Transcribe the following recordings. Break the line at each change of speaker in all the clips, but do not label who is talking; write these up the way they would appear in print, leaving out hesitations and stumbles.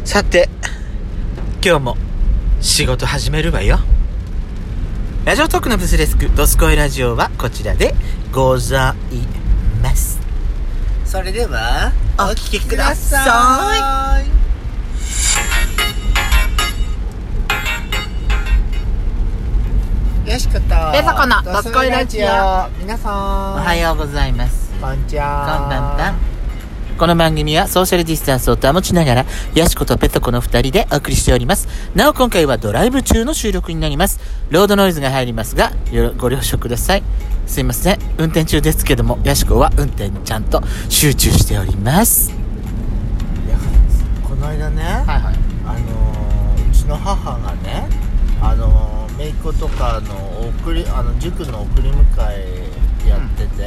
さて今日も仕事始めるわよ。ラジオトークのブスレスクドスコイラジオはこちらでございます。それではお聞きください。よしこと
ペソコのドスコイラジオ。
皆さんおはようございます。
こんにちは。
こんばんは。この番組はソーシャルディスタンスを保ちながらヤシコとペソコの2人でお送りしております。なお今回はドライブ中の収録になります。ロードノイズが入りますがご了承ください。すいません、運転中ですけどもヤシコは運転にちゃんと集中しております。
いやこの間ね、
はいはい、
うちの母がね姪っ子とかの塾の送り迎えやってて、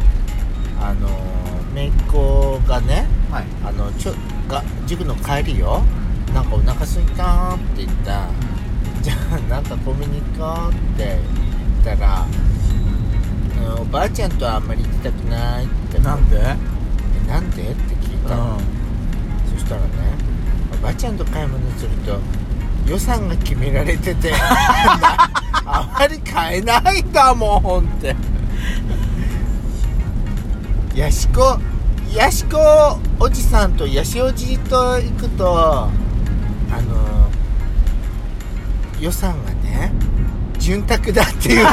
姪っ子がね、はい、塾の帰りよ、なんかお腹すいたって言った、じゃあなんかコンビニ行こうって言ったら、おばあちゃんとはあんまり行きたくないって。
なんで
って聞いたの、そしたらね、おばあちゃんと買い物すると予算が決められててあまり買えないんだもんってヤシコおじさんとヤシおじと行くと予算がね潤沢だっていうの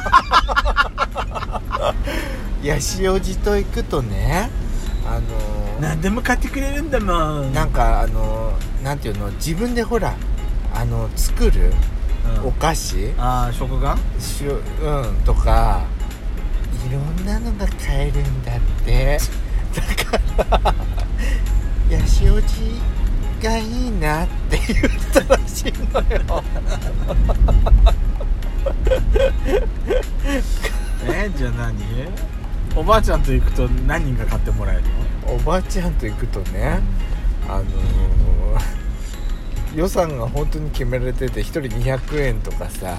ヤシおじと行くとね
何でも買ってくれるんだもん。
なんかなんていうの、自分でほら作る、お菓子、
食玩
とかいろんなのが買えるんだって。だからヤシおじがいいなって言ったらしいのよ
じゃあ何？おばあちゃんと行くと何人が買ってもらえるの？
おばあちゃんと行くとね、予算が本当に決められてて1人200円とかさ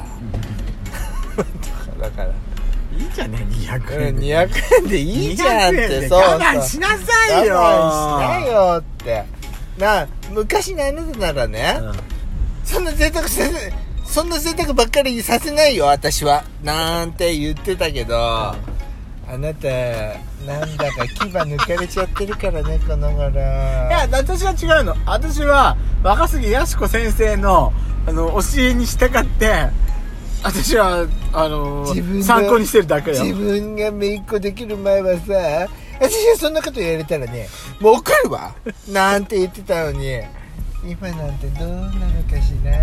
だから
いいじゃね、200円で。
200円でいいじゃんって。そう
我慢しなさいよ。
我慢しないよって昔のあなたならね、そんな贅沢ばっかりさせないよ私はなんて言ってたけど、あなたなんだか牙抜かれちゃってるからねこの頃。い
や私は違うの。私は若杉やしこ先生の教えに従って私は参考にしてるだけよ。
自分が姪っ子できる前はさ、私はそんなこと言われたらねもう怒るわなんて言ってたのに今なんてどうなのかしら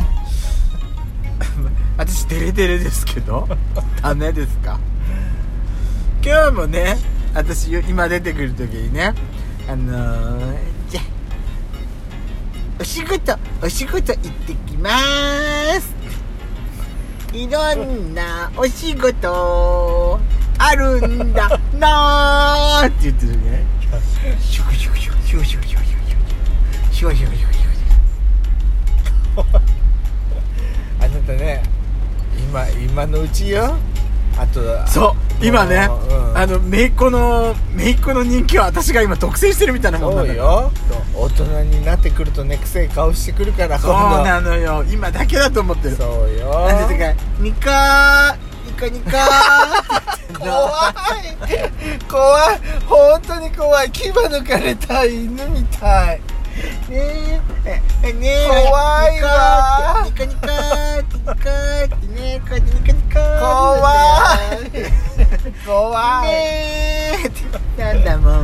私デレデレですけどダメですか？今日もね、私今出てくる時にね、じゃお仕事行ってきまーす。いろんなお仕事あるんだなーって言ってるね。シュクシュクシュクシュクシュクシュクシュクシュクシュクシュク
あなたね、今のうちよ。あと
そう今ね、姪っ子の人気は私が今独占してるみたいなもんなんだよ。
大人になってくるとね、臭い顔してくるから。
そうなのよ、今だけだと思ってる。
そうよ。
なんでかニカ
怖い本当に怖い。牙抜かれた犬みたいねえ怖いわ。
ニカってね、こうやってニカ
怖い
ねえってなんだもんね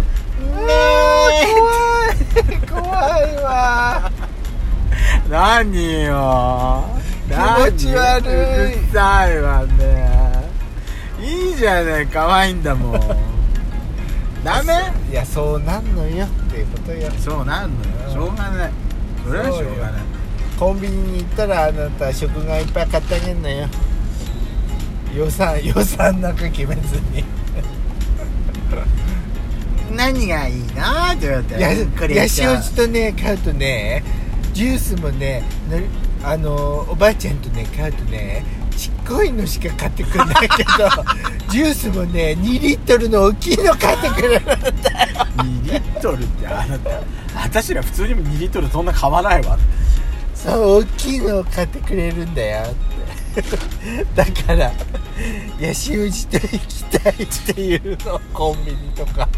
え怖いわ。
何よ、
気持ち悪い。
うるさいわね。いいじゃない、可愛いんだもん。ダメ？
いやそうなんのよっていうことよ。
そうなんのよ、しょうがない。それはしょうがない。
コンビニに行ったらあなた食がいっぱい買ってあげるのよ。予算なんか決めずに
何がいいなって言われたら
ヤシオジとね買うとね、ジュースもねおばあちゃんとね買うとねちっこいのしか買ってくれないけどジュースもね2リットルの大きいの買ってくれるんだよ。
2リットルってあ私ら普通にも2リットルそんな買わないわ。
そう大きいのを買ってくれるんだよってだからヤシウジと行きたいっていうの、コンビニとか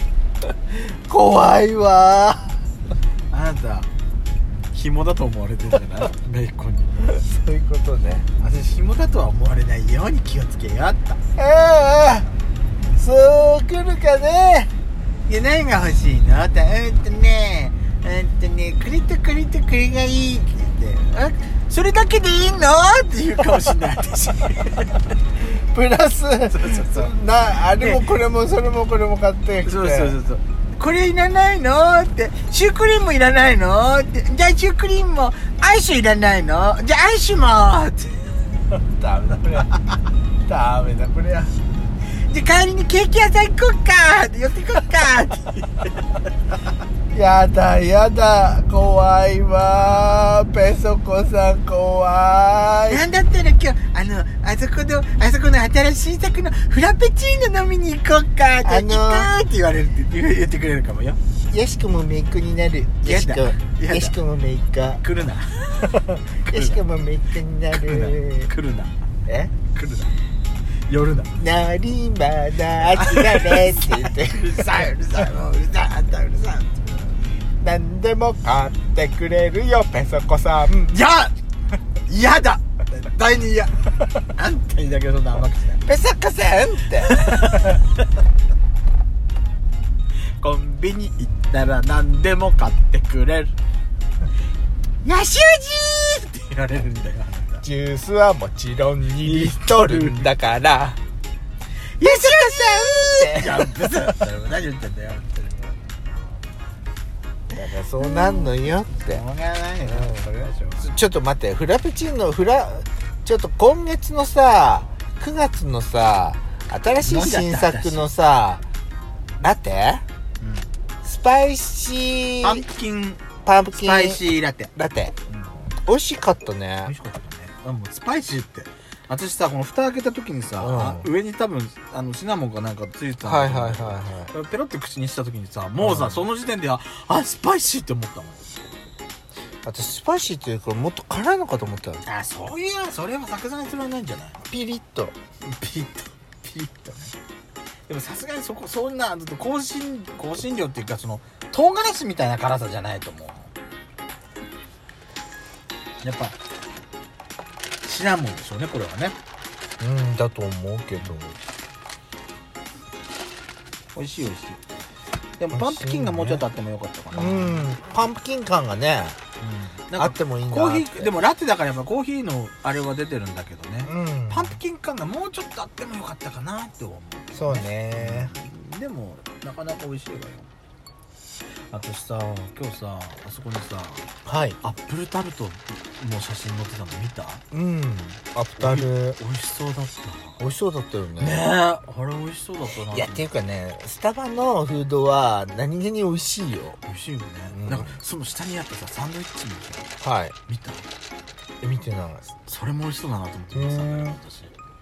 怖いわ。
あなた紐だと思われてるんじゃないめいっ子に。
そういうことね。
私紐だとは思われないように気をつけようっと。
ああ、そう来るかね。
いや、何が欲しいのってこれとこれとこれがいいって言って、あ、それだけでいいのって言うかもしれない私
プラス
そう
あれもこれもそれもこれも買ってきて、
そうこれいらないのって、シュークリームいらないのって、じゃあシュークリームもアイスいらないの、じゃあアイスもって
ダメだこれダメだこれや。
で帰りにケーキ屋さん行こっかって寄ってこっかって
やだやだ、怖いわ。ペソコさん怖い。
なんだったら今日あそこの新しい作のフラペチーノ飲みに行こっかって行こうって言ってくれるかもよ。
よしこもめいっ子になる。よしこもめいっ子
来るな
よしこもめいっ子になる。
来るな夜な
なりまだあちられって言って
うるさいうるさいもううるさいあんたうるさい。
何でも買ってくれるよペソコさん。
嫌だ絶対に嫌あんたにだけそんな甘くしない
ペソコさんって
コンビニ行ったら何でも買ってくれるヤシウジーって言われるんだよ。
ジュースはもちろん2リットルだから
ヤシウジーってジャンプする何言ってんだよ。
だからそうなんのよって
しょうがないよ、それはしょうがない。
ちょっと待って、フラペチーノちょっと今月のさ9月のさ新しい新作のさラテ、スパイシー
パンプキン
ス
スパイシーラテ、
美味しかったね。
美味しかったね。もうスパイシーって私さ、この蓋開けた時にさ、上に多分シナモンかなんかついてたんだけど、ペロって口にした時にさ、もうさ、その時点でスパイシーって思ったもん。
私スパイシーっていうからもっと辛いのかと思ったよ。
そういうそれは作戦にするはないんじゃない。
ピリッと
ピリッとね。でもさすがにそんな香辛料っていうかその唐辛子みたいな辛さじゃないと思う。やっぱシナモンでしょうね、これはね。
だと思うけど、
美味しい。でもパンプキンがもうちょっとあってもよかったかな。
パンプキン感がね、あってもいいなって。
コーヒーでもラテだからやっぱコーヒーのあれは出てるんだけどね、パンプキン感がもうちょっとあってもよかったかなって思う。
そうね。
でもなかなか美味しいわよ。私さ、今日さ、あそこにさ、アップルタルトの写真載ってたの見た？
アップタル
美味しそうだった。
美味しそうだったよね。
あれ美味しそうだったな。
いやっていうかね、スタバのフードは何気に美味しいよ。
美味しいよね。なんかその下にあったさ、サンドイッチもさ、見た？
見てない。
それも美味しそうだなと思って見てたんだけど、私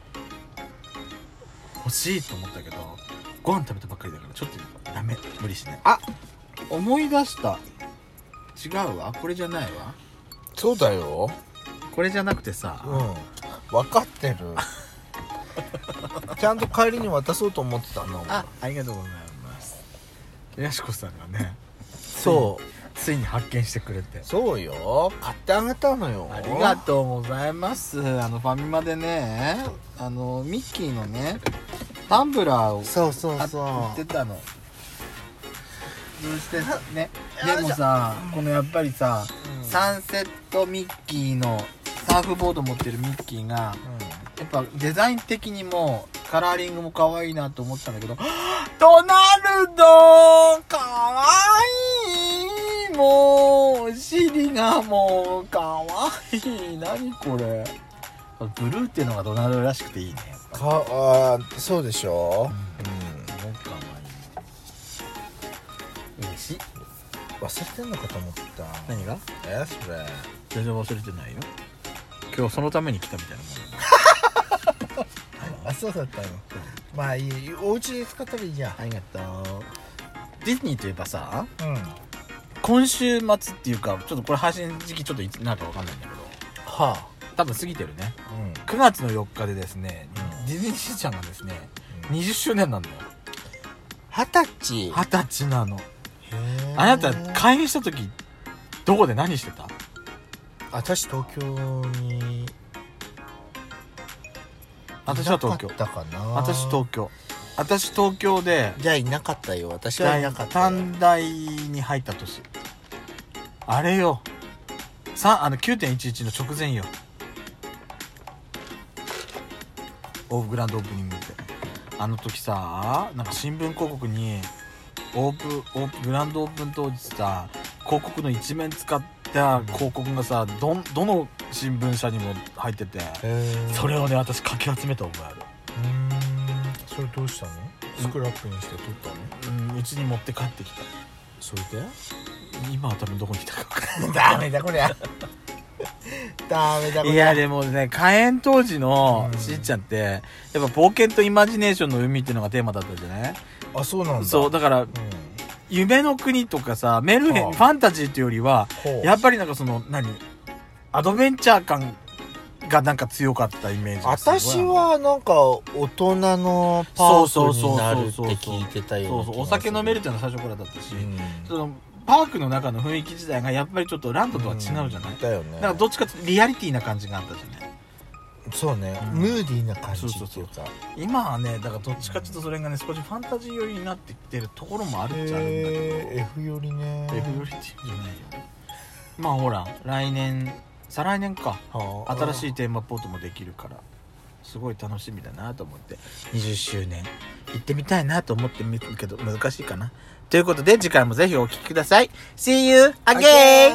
欲しいと思ったけど、ご飯食べたばっかりだからちょっとダメ、無理しない。思い出した。違うわ、これじゃないわ。
そうだよ、
これじゃなくてさ、
分かってるちゃんと帰りに渡そうと思ってたの。
ありがとうございます。やしこさんがね、ついに発見してくれて。
そうよ、買ってあげたのよ。
ありがとうございます。ファミマでね、ミッキーのねタンブラーを売ってたの。そしてね、でもさ、このやっぱりさ、サンセットミッキーのサーフボード持ってるミッキーが、やっぱデザイン的にもカラーリングも可愛いなと思ったんだけど、ドナルド可愛い、もうお尻がもう可愛い。何これ、ブルーっていうのがドナルドらしくていいね。
そうでしょ。
嬉しい。
忘れてんのかと思った。
何が？
それ
全然忘れてないよ。今日そのために来たみたいなもん。
そうだったの。まあいい、お家で使ったらいいじゃん。
ありがとう。ディズニーといえばさ、 今週末っていうかちょっとこれ配信時期ちょっといつになるか分かんないんだけど、
はあ、
多分過ぎてるね。
うん、
9月の4日でですね、
うん、
ディズニーシーちゃんがですね、20周年なんだよ。
20歳。
20歳なの。
へえ。
あなた開園した時どこで何してた？
私東京に。
私は東京。
いなかったかな。
私東京で。
じゃあいなかったよ。私はいなかったよ。
短大に入った年。あれよ。9.11 の直前よ。グランドオープニングって。あの時さ、なんか新聞広告にグランドオープン当日さ、広告の一面使った広告がさ、どの新聞社にも入ってて、それをね私かき集めた覚えある。
それどうしたの？スクラップにして撮ったの？
うちに持って帰ってきた。
それで
今は多分どこにいたか分かんない。
ダメだこりゃダメだこりゃ。
いやでもね、開園当時のしーちゃんってやっぱ冒険とイマジネーションの海っていうのがテーマだったじゃない？
あ、そうなんだ。
そうだから、夢の国とかさ、メルヘン、ファンタジーっていうよりはやっぱりなんかそのアドベンチャー感がなんか強かったイメージ。
私はなんか大人のパークになるって聞いてたよ。
そうそう、お酒飲めるっていうのは最初からだったし、そのパークの中の雰囲気自体がやっぱりちょっとランドとは違うじゃない？
だよね。
なんかどっちかってリアリティな感じがあったじゃない？
そうね、ムーディーな感じっていうか。
今はね、だからどっちかっていうとそれがね少しファンタジー寄りになってきてるところもあるっちゃあるんだけど、
F 寄りね。
F 寄りっていうんじゃないよ。まあほら再来年か、新しいテーマポートもできるからすごい楽しみだなと思って、20周年行ってみたいなと思ってみるけど難しいかなということで、次回もぜひお聞きください。 See you again!